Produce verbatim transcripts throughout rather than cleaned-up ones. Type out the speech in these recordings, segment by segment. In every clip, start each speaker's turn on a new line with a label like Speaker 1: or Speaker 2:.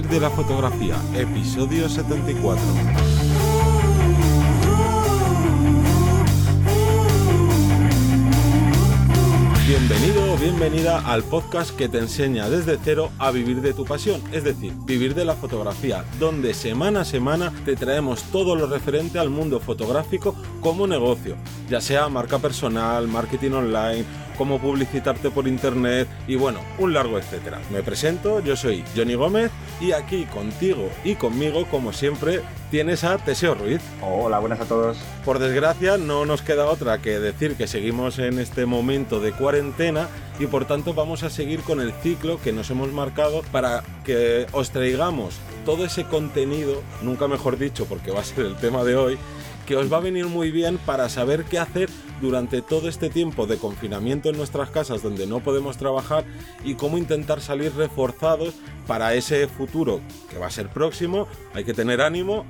Speaker 1: Vivir de la fotografía, episodio setenta y cuatro. Bienvenido o bienvenida al podcast que te enseña desde cero a vivir de tu pasión, es decir, vivir de la fotografía, donde semana a semana te traemos todo lo referente al mundo fotográfico como negocio, ya sea marca personal, marketing online, cómo publicitarte por internet y bueno, un largo etcétera. Me presento, yo soy Johnny Gómez y aquí contigo y conmigo, como siempre, tienes a Teseo Ruiz.
Speaker 2: Hola, buenas a todos.
Speaker 1: Por desgracia, no nos queda otra que decir que seguimos en este momento de cuarentena y por tanto vamos a seguir con el ciclo que nos hemos marcado para que os traigamos todo ese contenido, nunca mejor dicho porque va a ser el tema de hoy, que os va a venir muy bien para saber qué hacer durante todo este tiempo de confinamiento en nuestras casas donde no podemos trabajar y cómo intentar salir reforzados para ese futuro que va a ser próximo. Hay que tener ánimo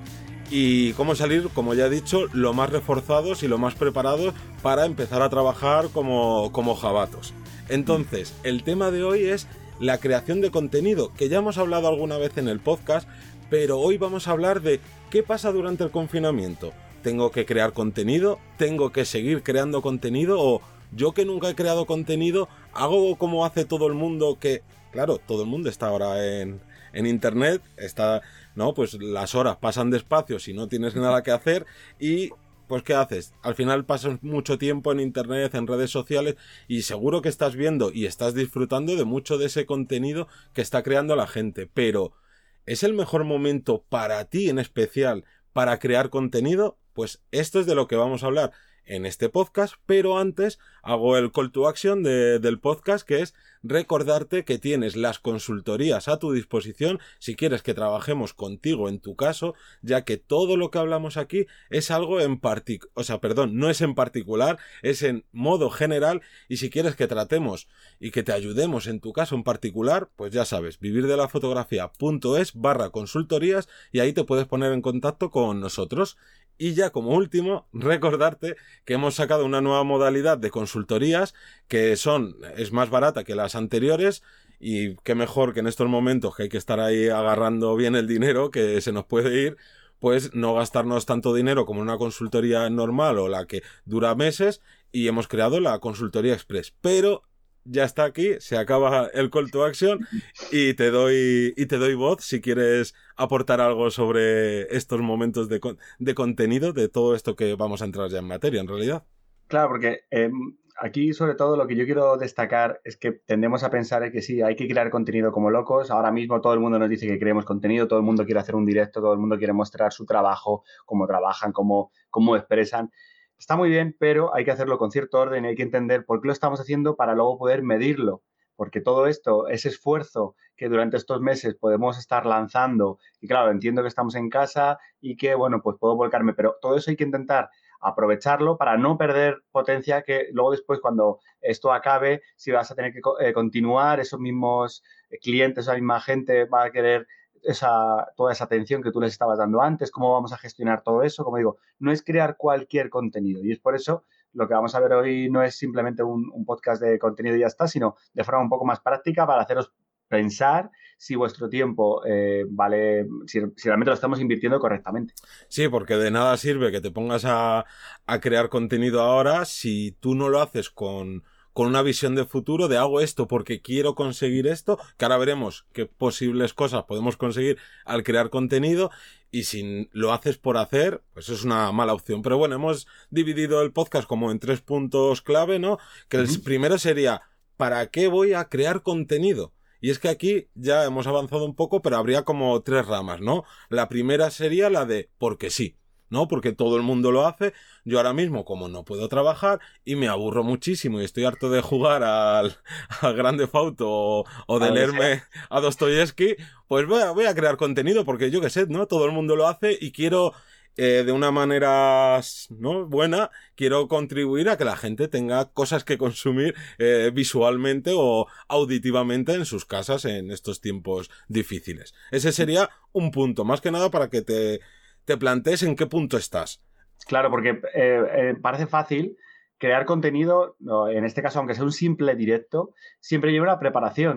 Speaker 1: y cómo salir, como ya he dicho, lo más reforzados y lo más preparados para empezar a trabajar como, como jabatos. Entonces, el tema de hoy es la creación de contenido, que ya hemos hablado alguna vez en el podcast, pero hoy vamos a hablar de qué pasa durante el confinamiento. ¿Tengo que crear contenido? ¿Tengo que seguir creando contenido? ¿O yo que nunca he creado contenido, hago como hace todo el mundo que, claro, todo el mundo está ahora en, en internet, está, no, pues las horas pasan despacio si no tienes nada que hacer y, pues ¿qué haces? Al final pasas mucho tiempo en internet, en redes sociales y seguro que estás viendo y estás disfrutando de mucho de ese contenido que está creando la gente, pero ¿es el mejor momento para ti en especial para crear contenido? Pues esto es de lo que vamos a hablar en este podcast, pero antes hago el call to action de, del podcast, que es recordarte que tienes las consultorías a tu disposición si quieres que trabajemos contigo en tu caso, ya que todo lo que hablamos aquí es algo en particular, o sea, perdón, no es en particular, es en modo general, y si quieres que tratemos y que te ayudemos en tu caso en particular, pues ya sabes, vivirdelafotografía.es barra consultorías y ahí te puedes poner en contacto con nosotros. Y ya como último, recordarte que hemos sacado una nueva modalidad de consultorías que son, es más barata que las anteriores y qué mejor que en estos momentos que hay que estar ahí agarrando bien el dinero que se nos puede ir, pues no gastarnos tanto dinero como una consultoría normal o la que dura meses y hemos creado la consultoría express. Pero ya está aquí, se acaba el call to action y te doy y te doy voz si quieres aportar algo sobre estos momentos de, de contenido, de todo esto que vamos a entrar ya en materia, en realidad.
Speaker 2: Claro, porque eh, aquí sobre todo lo que yo quiero destacar es que tendemos a pensar que sí, hay que crear contenido como locos. Ahora mismo todo el mundo nos dice que creemos contenido, todo el mundo quiere hacer un directo, todo el mundo quiere mostrar su trabajo, cómo trabajan, cómo, cómo expresan. Está muy bien, pero hay que hacerlo con cierto orden y hay que entender por qué lo estamos haciendo para luego poder medirlo. Porque todo esto, ese esfuerzo que durante estos meses podemos estar lanzando, y claro, entiendo que estamos en casa y que, bueno, pues puedo volcarme, pero todo eso hay que intentar aprovecharlo para no perder potencia que luego después cuando esto acabe, si vas a tener que eh, continuar, esos mismos clientes, esa misma gente va a querer esa, toda esa atención que tú les estabas dando antes, cómo vamos a gestionar todo eso. Como digo, no es crear cualquier contenido y es por eso lo que vamos a ver hoy no es simplemente un, un podcast de contenido y ya está, sino de forma un poco más práctica para haceros pensar si vuestro tiempo eh, vale, si, si realmente lo estamos invirtiendo correctamente.
Speaker 1: Sí, porque de nada sirve que te pongas a, a crear contenido ahora si tú no lo haces con... con una visión de futuro de hago esto porque quiero conseguir esto, que ahora veremos qué posibles cosas podemos conseguir al crear contenido, y si lo haces por hacer, pues es una mala opción. Pero bueno, hemos dividido el podcast como en tres puntos clave, ¿no? Que el uh-huh. primero sería, ¿para qué voy a crear contenido? Y es que aquí ya hemos avanzado un poco, pero habría como tres ramas, ¿no? La primera sería la de porque sí, ¿no? Porque todo el mundo lo hace. Yo ahora mismo, como no puedo trabajar y me aburro muchísimo y estoy harto de jugar al, al Grand Theft Auto o, o de leerme a Dostoyevsky, pues voy a, voy a crear contenido porque yo qué sé, ¿no? Todo el mundo lo hace y quiero, eh, de una manera, ¿no?, buena, quiero contribuir a que la gente tenga cosas que consumir eh, visualmente o auditivamente en sus casas en estos tiempos difíciles. Ese sería un punto, más que nada para que te... te plantees en qué punto estás.
Speaker 2: Claro, porque eh, eh, parece fácil crear contenido, no, en este caso, aunque sea un simple directo, siempre lleva una preparación.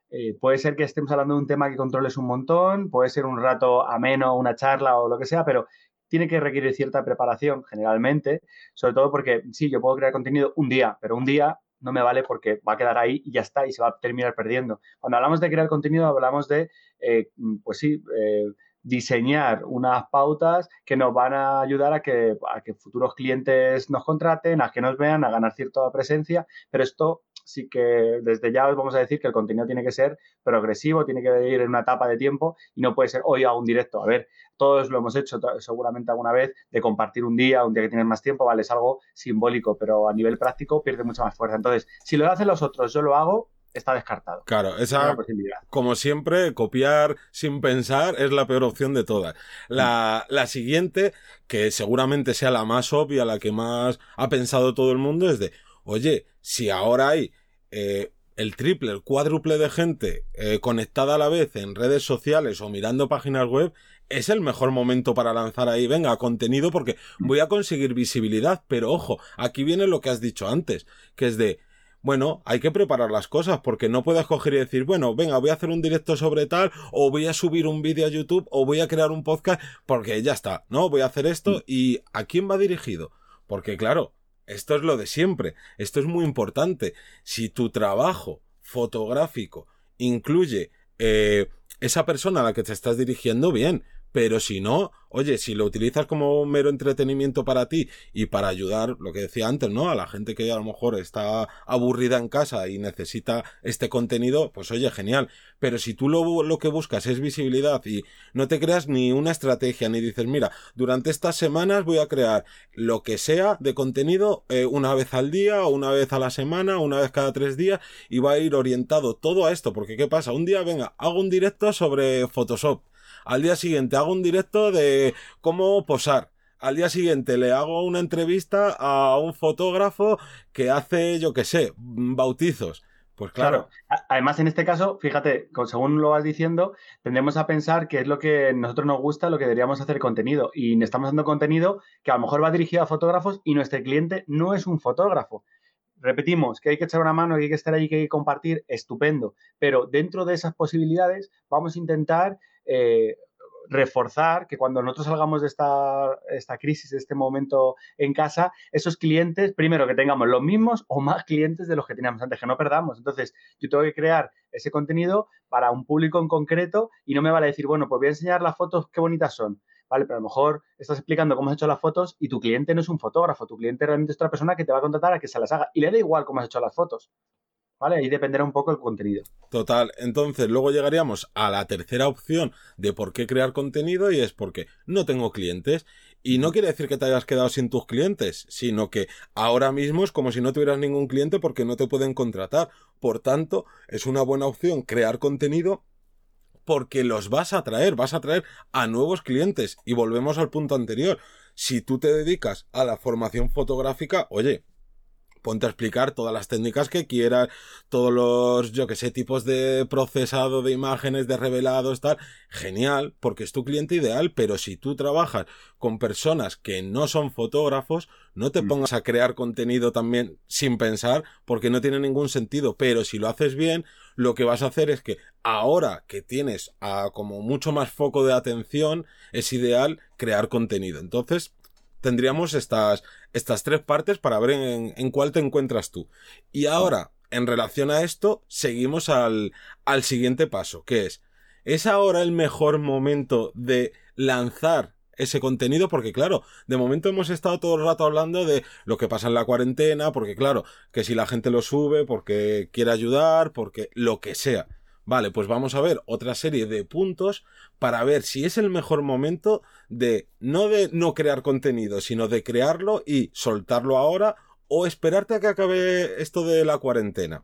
Speaker 2: Eh, puede ser que estemos hablando de un tema que controles un montón, puede ser un rato ameno, una charla o lo que sea, pero tiene que requerir cierta preparación generalmente, sobre todo porque sí, yo puedo crear contenido un día, pero un día no me vale porque va a quedar ahí y ya está y se va a terminar perdiendo. Cuando hablamos de crear contenido hablamos de, eh, pues sí, eh, diseñar unas pautas que nos van a ayudar a que, a que futuros clientes nos contraten, a que nos vean, a ganar cierta presencia, pero esto sí que desde ya os vamos a decir que el contenido tiene que ser progresivo, tiene que ir en una etapa de tiempo y no puede ser hoy hago un directo. A ver, todos lo hemos hecho seguramente alguna vez de compartir un día, un día que tienes más tiempo, vale, es algo simbólico, pero a nivel práctico pierde mucha más fuerza. Entonces, si lo hacen los otros, yo lo hago, está descartado.
Speaker 1: Claro, esa, como siempre, copiar sin pensar es la peor opción de todas. La, la siguiente, que seguramente sea la más obvia, la que más ha pensado todo el mundo, es de, oye, si ahora hay eh, el triple, el cuádruple de gente eh, conectada a la vez en redes sociales o mirando páginas web, es el mejor momento para lanzar ahí, venga, contenido, porque voy a conseguir visibilidad. Pero ojo, aquí viene lo que has dicho antes, que es de, bueno, hay que preparar las cosas, porque no puedes coger y decir, bueno, venga, voy a hacer un directo sobre tal, o voy a subir un vídeo a YouTube, o voy a crear un podcast, porque ya está, ¿no? Voy a hacer esto. ¿Y a quién va dirigido? Porque claro, esto es lo de siempre, esto es muy importante. Si tu trabajo fotográfico incluye eh, esa persona a la que te estás dirigiendo, bien, pero si no, oye, si lo utilizas como un mero entretenimiento para ti y para ayudar, lo que decía antes, ¿no? A la gente que a lo mejor está aburrida en casa y necesita este contenido, pues oye, genial. Pero si tú lo, lo que buscas es visibilidad y no te creas ni una estrategia, ni dices, mira, durante estas semanas voy a crear lo que sea de contenido eh, una vez al día, o una vez a la semana, una vez cada tres días, y va a ir orientado todo a esto, porque ¿qué pasa? Un día, venga, hago un directo sobre Photoshop. Al día siguiente hago un directo de cómo posar. Al día siguiente le hago una entrevista a un fotógrafo que hace, yo qué sé, bautizos. Pues claro.
Speaker 2: claro. Además, en este caso, fíjate, según lo vas diciendo, tendemos a pensar que es lo que a nosotros nos gusta, lo que deberíamos hacer contenido. Y estamos dando contenido que a lo mejor va dirigido a fotógrafos y nuestro cliente no es un fotógrafo. Repetimos, que hay que echar una mano, que hay que estar ahí, que hay que compartir, estupendo. Pero dentro de esas posibilidades vamos a intentar eh, reforzar que cuando nosotros salgamos de esta, esta crisis, de este momento en casa, esos clientes, primero que tengamos los mismos o más clientes de los que teníamos antes, que no perdamos. Entonces, yo tengo que crear ese contenido para un público en concreto y no me vale decir, bueno, pues voy a enseñar las fotos, qué bonitas son. Vale, pero a lo mejor estás explicando cómo has hecho las fotos y tu cliente no es un fotógrafo, tu cliente realmente es otra persona que te va a contratar a que se las haga y le da igual cómo has hecho las fotos. ¿Vale? Ahí dependerá un poco el contenido.
Speaker 1: Total. Entonces, luego llegaríamos a la tercera opción de por qué crear contenido, y es porque no tengo clientes. Y no quiere decir que te hayas quedado sin tus clientes, sino que ahora mismo es como si no tuvieras ningún cliente porque no te pueden contratar. Por tanto, es una buena opción crear contenido porque los vas a traer, vas a traer a nuevos clientes. Y volvemos al punto anterior. Si tú te dedicas a la formación fotográfica, oye, ponte a explicar todas las técnicas que quieras, todos los, yo que sé, tipos de procesado de imágenes, de revelados, tal. Genial, porque es tu cliente ideal, pero si tú trabajas con personas que no son fotógrafos, no te pongas a crear contenido también sin pensar, porque no tiene ningún sentido. Pero si lo haces bien, lo que vas a hacer es que ahora que tienes a como mucho más foco de atención, es ideal crear contenido. Entonces, tendríamos estas, estas tres partes para ver en, en cuál te encuentras tú. Y ahora, en relación a esto, seguimos al, al siguiente paso, que es, ¿es ahora el mejor momento de lanzar ese contenido? Porque claro, de momento hemos estado todo el rato hablando de lo que pasa en la cuarentena, porque claro, que si la gente lo sube, porque quiere ayudar, porque lo que sea. Vale, pues vamos a ver otra serie de puntos para ver si es el mejor momento de, no de no crear contenido, sino de crearlo y soltarlo ahora, o esperarte a que acabe esto de la cuarentena.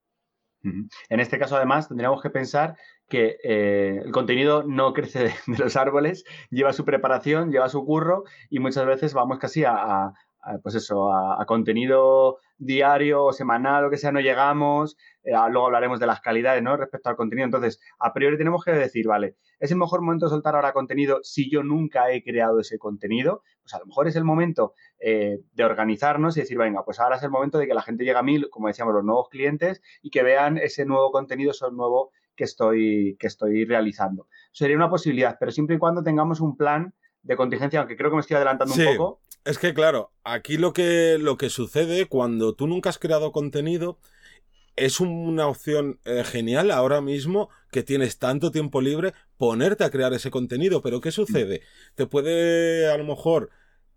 Speaker 2: En este caso, además, tendríamos que pensar que eh, el contenido no crece de, de los árboles, lleva su preparación, lleva su curro y muchas veces vamos casi a, a, pues eso, a, a contenido diario o semanal, lo que sea, no llegamos. Eh, luego hablaremos de las calidades, ¿no? Respecto al contenido. Entonces, a priori tenemos que decir, vale, ¿es el mejor momento de soltar ahora contenido si yo nunca he creado ese contenido? Pues a lo mejor es el momento eh, de organizarnos y decir, venga, pues ahora es el momento de que la gente llegue a mí, como decíamos, los nuevos clientes y que vean ese nuevo contenido, ese nuevo que estoy, que estoy realizando. Sería una posibilidad, pero siempre y cuando tengamos un plan de contingencia, aunque creo que me estoy adelantando
Speaker 1: sí,
Speaker 2: un poco.
Speaker 1: Es que claro, aquí lo que, lo que sucede cuando tú nunca has creado contenido es una opción eh, genial ahora mismo que tienes tanto tiempo libre, ponerte a crear ese contenido. Pero ¿qué sucede? Te puede, a lo mejor,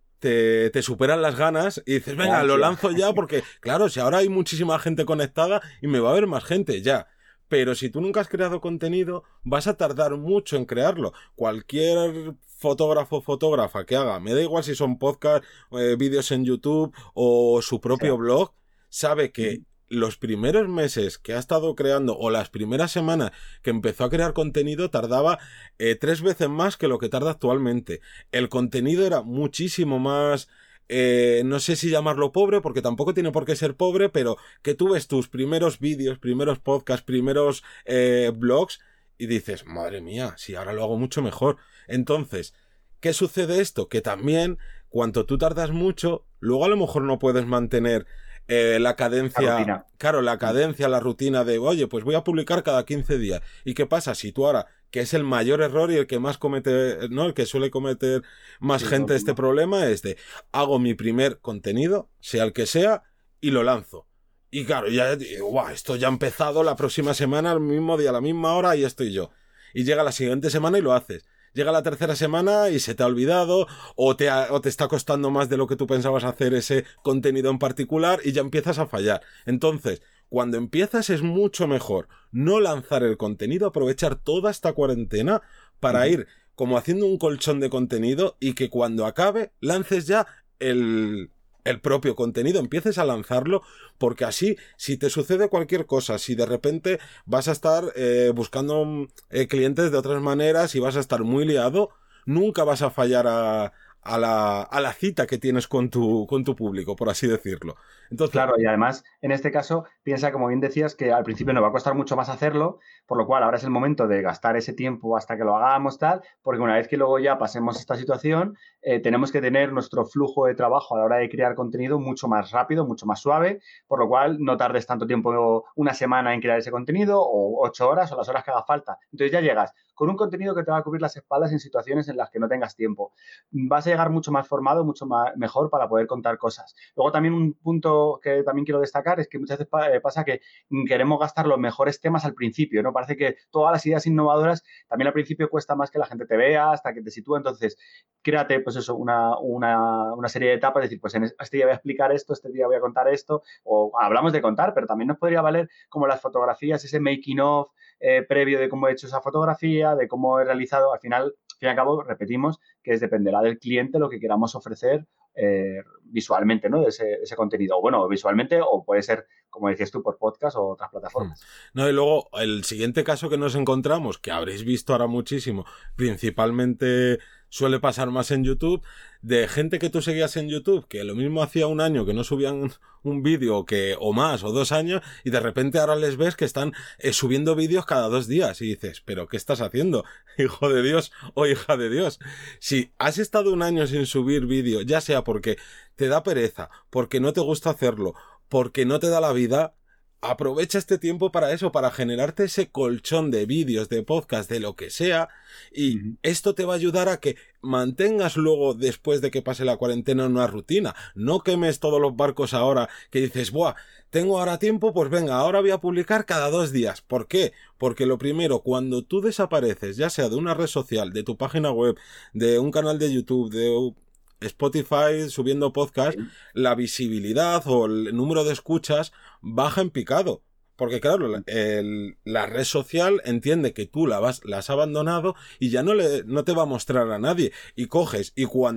Speaker 1: te, te superan las ganas y dices, venga, lo lanzo ya porque, claro, si ahora hay muchísima gente conectada y me va a ver más gente, ya. Pero si tú nunca has creado contenido, vas a tardar mucho en crearlo. Cualquier fotógrafo o fotógrafa que haga, me da igual si son podcasts, eh, vídeos en YouTube o su propio sí. blog, sabe que mm. los primeros meses que ha estado creando o las primeras semanas que empezó a crear contenido tardaba eh, tres veces más que lo que tarda actualmente. El contenido era muchísimo más... Eh, no sé si llamarlo pobre, porque tampoco tiene por qué ser pobre, pero que tú ves tus primeros vídeos, primeros podcasts, primeros eh, blogs y dices, madre mía, si ahora lo hago mucho mejor. Entonces, ¿qué sucede esto? Que también, cuando tú tardas mucho, luego a lo mejor no puedes mantener eh, la cadencia,
Speaker 2: la
Speaker 1: claro, la cadencia, la rutina de, oye, pues voy a publicar cada quince días. ¿Y qué pasa? Si tú ahora, que es el mayor error y el que más comete, ¿no? El que suele cometer más sí, gente este problema es de, hago mi primer contenido, sea el que sea, y lo lanzo. Y claro, ya digo, guau, esto ya ha empezado la próxima semana, el mismo día, a la misma hora, y estoy yo. Y llega la siguiente semana y lo haces. Llega la tercera semana y se te ha olvidado o te, ha, o te está costando más de lo que tú pensabas hacer ese contenido en particular y ya empiezas a fallar. Entonces, cuando empiezas es mucho mejor no lanzar el contenido, aprovechar toda esta cuarentena para uh-huh. ir como haciendo un colchón de contenido y que cuando acabe lances ya el... el propio contenido, empieces a lanzarlo, porque así, si te sucede cualquier cosa, si de repente vas a estar eh, buscando eh, clientes de otras maneras y vas a estar muy liado, nunca vas a fallar a, a, la, a la cita que tienes con tu, con tu público, por así decirlo. Entonces,
Speaker 2: claro, y además, en este caso, piensa, como bien decías, que al principio nos va a costar mucho más hacerlo, por lo cual ahora es el momento de gastar ese tiempo hasta que lo hagamos tal, porque una vez que luego ya pasemos esta situación, eh, tenemos que tener nuestro flujo de trabajo a la hora de crear contenido mucho más rápido, mucho más suave, por lo cual no tardes tanto tiempo, una semana en crear ese contenido, o ocho horas, o las horas que haga falta. Entonces ya llegas con un contenido que te va a cubrir las espaldas en situaciones en las que no tengas tiempo. Vas a llegar mucho más formado, mucho más, mejor para poder contar cosas. Luego también un punto que también quiero destacar es que muchas veces pasa que queremos gastar los mejores temas al principio, ¿no? Parece que todas las ideas innovadoras también al principio cuesta más que la gente te vea, hasta que te sitúe. Entonces, créate, pues eso, una, una, una serie de etapas, es decir, pues en este día voy a explicar esto, este día voy a contar esto, o hablamos de contar, pero también nos podría valer como las fotografías, ese making of eh, previo de cómo he hecho esa fotografía, de cómo he realizado, al final, al fin y al cabo, repetimos, que es dependerá del cliente lo que queramos ofrecer Eh, visualmente, ¿no? De ese, ese contenido. O bueno, visualmente, o puede ser, como decías tú, por podcast o otras plataformas.
Speaker 1: No, y luego el siguiente caso que nos encontramos, que habréis visto ahora muchísimo, principalmente suele pasar más en YouTube, de gente que tú seguías en YouTube, que lo mismo hacía un año que no subían un vídeo, que o más, o dos años, y de repente ahora les ves que están eh, subiendo vídeos cada dos días, y dices, ¿pero qué estás haciendo, hijo de Dios o hija de Dios? Si has estado un año sin subir vídeo, ya sea porque te da pereza, porque no te gusta hacerlo, porque no te da la vida, aprovecha este tiempo para eso, para generarte ese colchón de vídeos, de podcast, de lo que sea, y uh-huh. esto te va a ayudar a que mantengas luego, después de que pase la cuarentena, una rutina. No quemes todos los barcos ahora, que dices, buah, tengo ahora tiempo, pues venga, ahora voy a publicar cada dos días. ¿Por qué? Porque lo primero, cuando tú desapareces, ya sea de una red social, de tu página web, de un canal de YouTube, de Spotify subiendo podcast, sí. la visibilidad o el número de escuchas baja en picado. Porque claro, el, la red social entiende que tú la, vas, la has abandonado y ya no, le, no te va a mostrar a nadie. Y coges, y cuando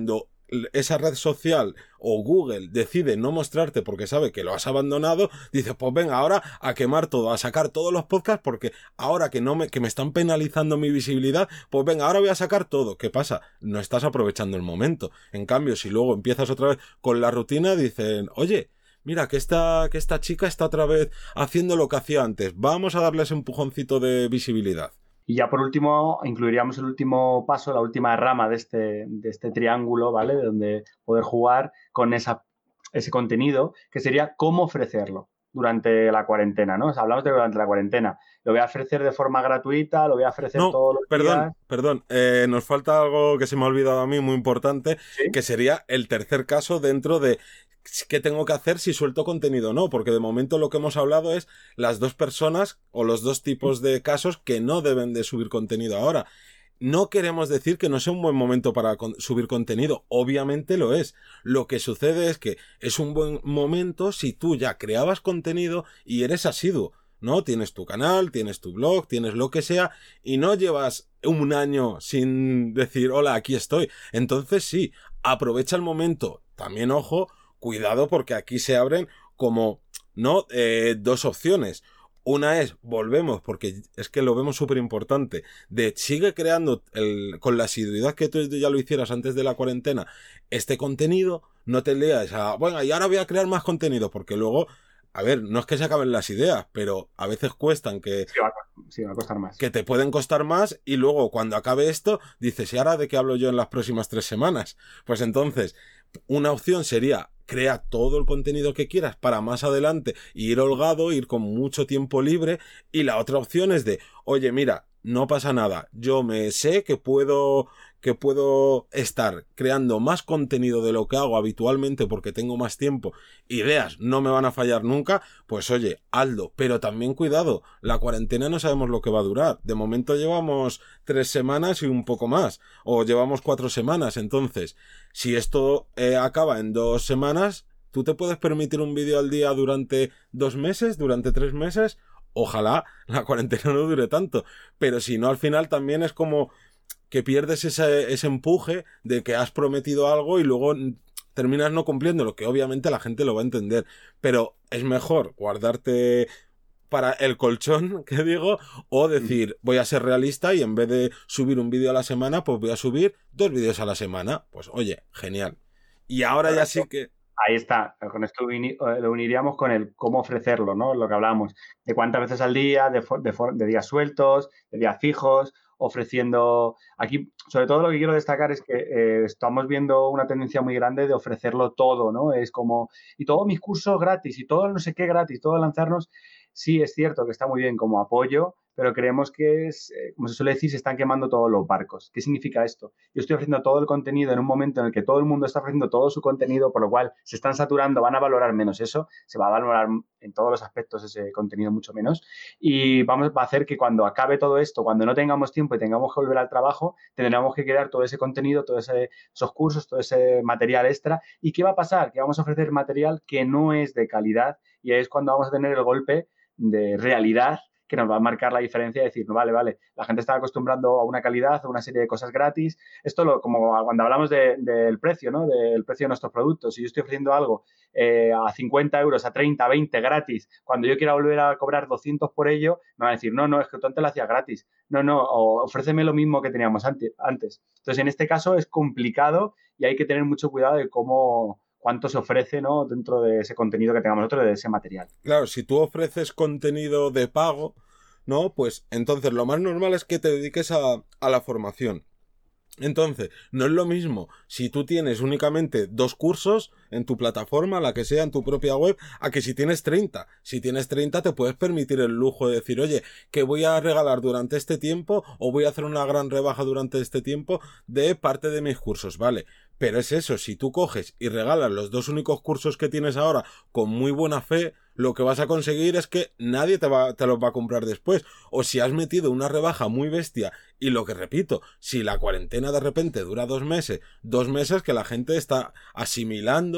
Speaker 1: esa red social o Google decide no mostrarte porque sabe que lo has abandonado, dices, pues venga, ahora a quemar todo, a sacar todos los podcasts porque ahora que no me, que me están penalizando mi visibilidad, pues venga, ahora voy a sacar todo. ¿Qué pasa? No estás aprovechando el momento. En cambio, si luego empiezas otra vez con la rutina, dicen, oye, mira, que esta, que esta chica está otra vez haciendo lo que hacía antes, vamos a darle ese empujoncito de visibilidad.
Speaker 2: Y ya por último, incluiríamos el último paso, la última rama de este, de este triángulo, ¿vale? De donde poder jugar con esa, ese contenido, que sería cómo ofrecerlo durante la cuarentena, ¿no? O sea, hablamos de durante la cuarentena. Lo voy a ofrecer de forma gratuita, lo voy a ofrecer
Speaker 1: no,
Speaker 2: todos los
Speaker 1: perdón,
Speaker 2: días.
Speaker 1: Perdón, eh, nos falta algo que se me ha olvidado a mí muy importante,
Speaker 2: ¿Sí?
Speaker 1: que sería el tercer caso dentro de qué tengo que hacer si suelto contenido o no, porque de momento lo que hemos hablado es las dos personas o los dos tipos de casos que no deben de subir contenido ahora. No queremos decir que no sea un buen momento para con- subir contenido, obviamente lo es. Lo que sucede es que es un buen momento si tú ya creabas contenido y eres asiduo, ¿no? Tienes tu canal, tienes tu blog, tienes lo que sea y no llevas un año sin decir hola, aquí estoy. Entonces sí, aprovecha el momento. También, ojo, cuidado porque aquí se abren como, ¿no? Eh, dos opciones. Una es, volvemos, porque es que lo vemos súper importante, de sigue creando el, con la asiduidad que tú ya lo hicieras antes de la cuarentena, este contenido, no te leas a, bueno, y ahora voy a crear más contenido, porque luego, a ver, no es que se acaben las ideas, pero a veces cuestan que...
Speaker 2: Sí va, sí, va a costar más.
Speaker 1: Que te pueden costar más y luego cuando acabe esto, dices, ¿y ahora de qué hablo yo en las próximas tres semanas? Pues entonces, una opción sería crea todo el contenido que quieras para más adelante ir holgado, ir con mucho tiempo libre, y la otra opción es de, oye, mira, no pasa nada, yo me sé que puedo que puedo estar creando más contenido de lo que hago habitualmente porque tengo más tiempo, ideas no me van a fallar nunca, pues oye, hazlo, pero también cuidado, la cuarentena no sabemos lo que va a durar, de momento llevamos tres semanas y un poco más, o llevamos cuatro semanas, entonces, si esto eh, acaba en dos semanas, ¿tú te puedes permitir un vídeo al día durante dos meses, durante tres meses? Ojalá la cuarentena no dure tanto, pero si no, al final también es como que pierdes ese, ese empuje de que has prometido algo y luego terminas no cumpliendo, lo que obviamente la gente lo va a entender, pero es mejor guardarte para el colchón, que digo, o decir, voy a ser realista y en vez de subir un vídeo a la semana, pues voy a subir dos vídeos a la semana. Pues oye, genial. Y ahora ya sí que...
Speaker 2: Ahí está, con esto lo uniríamos con el cómo ofrecerlo, ¿no? Lo que hablamos, de cuántas veces al día, de, de, de días sueltos, de días fijos, ofreciendo... Aquí, sobre todo lo que quiero destacar es que eh, estamos viendo una tendencia muy grande de ofrecerlo todo, ¿no? Es como, y todos mis cursos gratis, y todo no sé qué gratis, todo lanzarnos... Sí, es cierto que está muy bien como apoyo, pero creemos que es, eh, como se suele decir, se están quemando todos los barcos. ¿Qué significa esto? Yo estoy ofreciendo todo el contenido en un momento en el que todo el mundo está ofreciendo todo su contenido, por lo cual se están saturando, van a valorar menos eso, se va a valorar en todos los aspectos ese contenido mucho menos, y vamos a hacer que cuando acabe todo esto, cuando no tengamos tiempo y tengamos que volver al trabajo, tendremos que crear todo ese contenido, todos ese, esos cursos, todo ese material extra. ¿Y qué va a pasar? Que vamos a ofrecer material que no es de calidad y ahí es cuando vamos a tener el golpe de realidad que nos va a marcar la diferencia y decir, no, vale, vale, la gente está acostumbrando a una calidad, a una serie de cosas gratis. Esto, lo, como cuando hablamos de, del precio, ¿no? Del precio de nuestros productos. Si yo estoy ofreciendo algo eh, a cincuenta euros, a treinta, veinte gratis, cuando yo quiera volver a cobrar doscientos por ello, me van a decir, no, no, es que tú antes lo hacías gratis. No, no, o ofréceme lo mismo que teníamos antes. Entonces, en este caso es complicado y hay que tener mucho cuidado de cómo... cuánto se ofrece, ¿no? Dentro de ese contenido que tengamos nosotros, de ese material.
Speaker 1: Claro, si tú ofreces contenido de pago, ¿no? Pues entonces lo más normal es que te dediques a, a la formación. Entonces, no es lo mismo si tú tienes únicamente dos cursos en tu plataforma, la que sea, en tu propia web, a que si tienes treinta. Si tienes treinta te puedes permitir el lujo de decir, oye, que voy a regalar durante este tiempo o voy a hacer una gran rebaja durante este tiempo de parte de mis cursos, ¿vale? Pero es eso, si tú coges y regalas los dos únicos cursos que tienes ahora con muy buena fe, lo que vas a conseguir es que nadie te, va, te los va a comprar después. O si has metido una rebaja muy bestia, y lo que repito, si la cuarentena de repente dura dos meses, dos meses que la gente está asimilando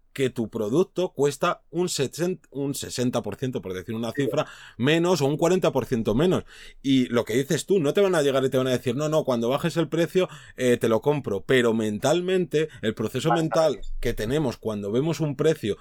Speaker 1: que tu producto cuesta un sesenta por ciento, por decir una cifra, menos o un cuarenta por ciento menos. Y lo que dices tú, no te van a llegar y te van a decir, no, no, cuando bajes el precio eh, te lo compro. Pero mentalmente, el proceso mental que tenemos cuando vemos un precio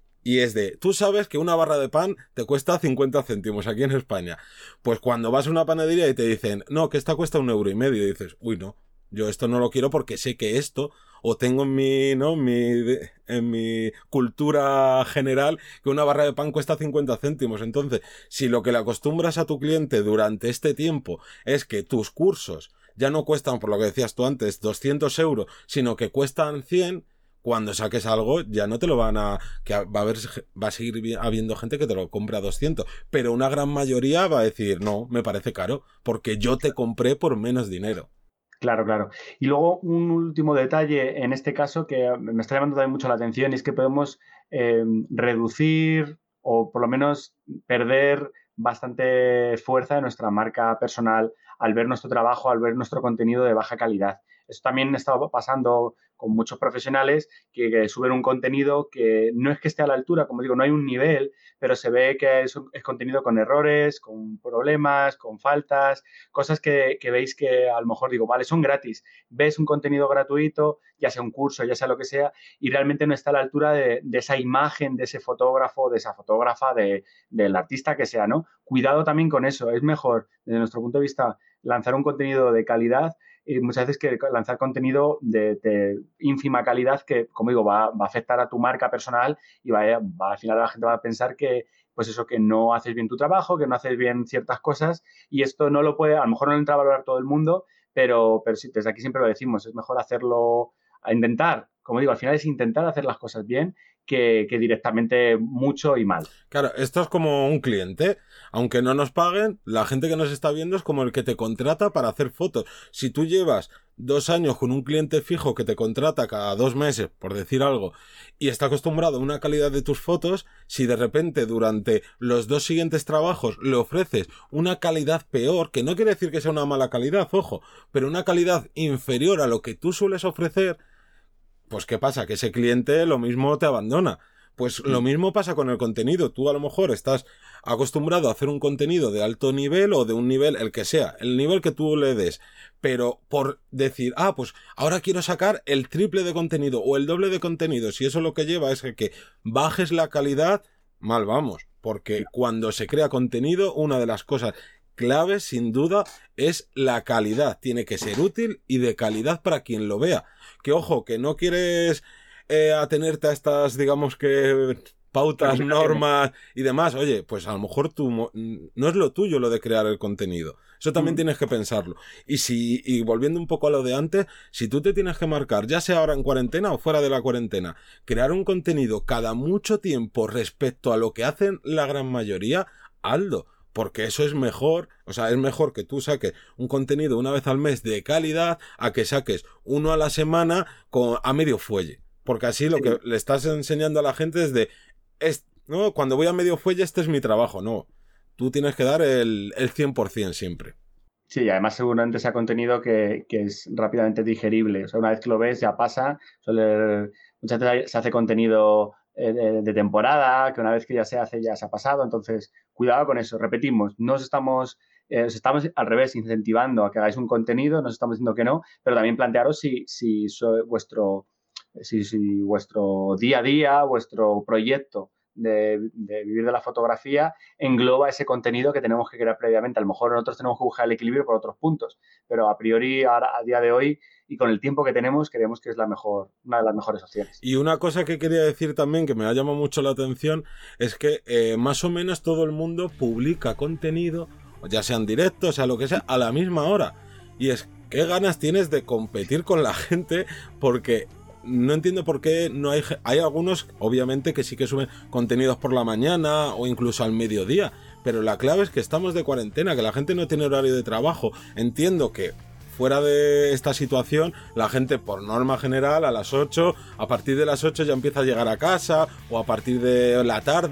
Speaker 1: y es de, tú sabes que una barra de pan te cuesta cincuenta céntimos aquí en España. Pues cuando vas a una panadería y te dicen, no, que esta cuesta un euro y medio, y dices, uy, no, yo esto no lo quiero porque sé que esto, o tengo en mi, ¿no? mi, en mi cultura general que una barra de pan cuesta cincuenta céntimos. Entonces, si lo que le acostumbras a tu cliente durante este tiempo es que tus cursos ya no cuestan, por lo que decías tú antes, doscientos euros, sino que cuestan cien, cuando saques algo ya no te lo van a... que va a haber, va a seguir habiendo gente que te lo compre a doscientos, pero una gran mayoría va a decir, no, me parece caro, porque yo te compré por menos dinero.
Speaker 2: Claro, claro. Y luego un último detalle en este caso que me está llamando también mucho la atención es que podemos eh, reducir o por lo menos perder bastante fuerza de nuestra marca personal al ver nuestro trabajo, al ver nuestro contenido de baja calidad. Esto también está pasando con muchos profesionales que, que suben un contenido que no es que esté a la altura, como digo, no hay un nivel, pero se ve que es, es contenido con errores, con problemas, con faltas, cosas que, que veis que a lo mejor digo, vale, son gratis. Ves un contenido gratuito, ya sea un curso, ya sea lo que sea, y realmente no está a la altura de, de esa imagen, de ese fotógrafo, de esa fotógrafa, de, del artista que sea, ¿no? Cuidado también con eso. Es mejor, desde nuestro punto de vista, lanzar un contenido de calidad y muchas veces que lanzar contenido de, de ínfima calidad que, como digo, va, va a afectar a tu marca personal y va, a, va al final la gente va a pensar que, pues eso, que no haces bien tu trabajo, que no haces bien ciertas cosas y esto no lo puede, a lo mejor no lo entra a valorar todo el mundo, pero, pero sí, desde aquí siempre lo decimos, es mejor hacerlo, a intentar, como digo, al final es intentar hacer las cosas bien que, que directamente mucho y mal.
Speaker 1: Claro, esto es como un cliente. Aunque no nos paguen, la gente que nos está viendo es como el que te contrata para hacer fotos. Si tú llevas dos años con un cliente fijo que te contrata cada dos meses, por decir algo, y está acostumbrado a una calidad de tus fotos, si de repente durante los dos siguientes trabajos le ofreces una calidad peor, que no quiere decir que sea una mala calidad, ojo, pero una calidad inferior a lo que tú sueles ofrecer, pues ¿qué pasa? Que ese cliente lo mismo te abandona. Pues lo mismo pasa con el contenido. Tú a lo mejor estás acostumbrado a hacer un contenido de alto nivel o de un nivel, el que sea, el nivel que tú le des. Pero por decir, ah, pues ahora quiero sacar el triple de contenido o el doble de contenido. Si eso lo que lleva es que bajes la calidad, mal vamos. Porque cuando se crea contenido, una de las cosas claves, sin duda, es la calidad. Tiene que ser útil y de calidad para quien lo vea. Que ojo, que no quieres eh, atenerte a estas, digamos que pautas, normas y demás. Oye, pues a lo mejor tú no es lo tuyo lo de crear el contenido. Eso también mm. tienes que pensarlo. Y si, y volviendo un poco a lo de antes, si tú te tienes que marcar, ya sea ahora en cuarentena o fuera de la cuarentena, crear un contenido cada mucho tiempo respecto a lo que hacen la gran mayoría, hazlo. Porque eso es mejor, o sea, es mejor que tú saques un contenido una vez al mes de calidad a que saques uno a la semana con, a medio fuelle. Porque así lo sí. que le estás enseñando a la gente es de, es, no, cuando voy a medio fuelle este es mi trabajo, no. Tú tienes que dar el, el cien por ciento siempre.
Speaker 2: Sí, y además seguramente sea contenido que, que es rápidamente digerible. O sea, una vez que lo ves ya pasa. Suele, muchas veces se hace contenido de, de temporada, que una vez que ya se hace ya se ha pasado, entonces cuidado con eso, repetimos, no os estamos, eh, os estamos al revés incentivando a que hagáis un contenido, nos estamos diciendo que no, pero también plantearos si, si, so, vuestro, si, si vuestro día a día, vuestro proyecto de, de vivir de la fotografía engloba ese contenido que tenemos que crear previamente. A lo mejor nosotros tenemos que buscar el equilibrio por otros puntos, pero a priori, ahora, a día de hoy, y con el tiempo que tenemos, creemos que es la mejor, una de las mejores opciones.
Speaker 1: Y una cosa que quería decir también, que me ha llamado mucho la atención, es que eh, más o menos todo el mundo publica contenido, ya sean directos, sea lo que sea, a la misma hora. Y es, ¿qué ganas tienes de competir con la gente? Porque no entiendo por qué no hay... Hay algunos, obviamente, que sí que suben contenidos por la mañana o incluso al mediodía, pero la clave es que estamos de cuarentena, que la gente no tiene horario de trabajo. Entiendo que fuera de esta situación, la gente por norma general a las ocho, a partir de las ocho ya empieza a llegar a casa o a partir de la tarde,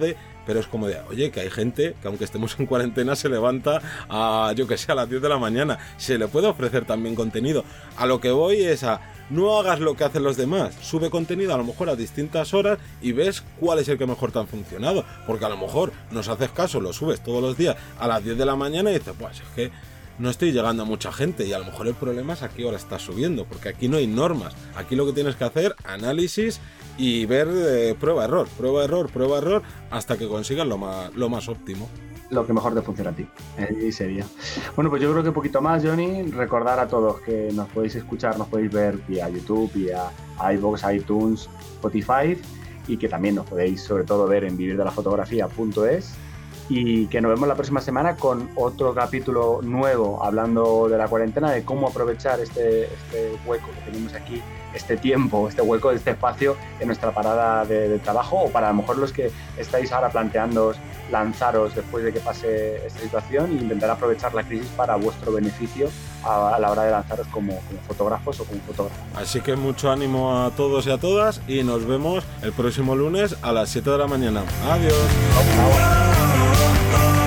Speaker 1: pero es como de, oye, que hay gente que aunque estemos en cuarentena se levanta a, yo que sé, a las diez de la mañana, se le puede ofrecer también contenido. A lo que voy es a, no hagas lo que hacen los demás, sube contenido a lo mejor a distintas horas y ves cuál es el que mejor te han funcionado, porque a lo mejor nos haces caso, lo subes todos los días a las diez de la mañana y dices, pues es que no estoy llegando a mucha gente, y a lo mejor el problema es a qué hora estás subiendo, porque aquí no hay normas, aquí lo que tienes que hacer, análisis y ver eh, prueba error, prueba error, prueba error, hasta que consigas lo más, lo más óptimo.
Speaker 2: Lo que mejor te funciona a ti. Ahí sería. Bueno, pues yo creo que un poquito más, Johnny. Recordar a todos que nos podéis escuchar, nos podéis ver vía YouTube, vía iVoox, iTunes, Spotify, y que también nos podéis sobre todo ver en vivir de la fotografía punto es, y que nos vemos la próxima semana con otro capítulo nuevo hablando de la cuarentena, de cómo aprovechar este, este hueco que tenemos aquí, este tiempo, este hueco, este espacio en nuestra parada de, de trabajo, o para a lo mejor los que estáis ahora planteándoos lanzaros después de que pase esta situación e intentar aprovechar la crisis para vuestro beneficio a, a la hora de lanzaros como, como fotógrafos o como fotógrafos.
Speaker 1: Así que mucho ánimo a todos y a todas, y nos vemos el próximo lunes a las siete de la mañana. Adiós.
Speaker 2: Chao.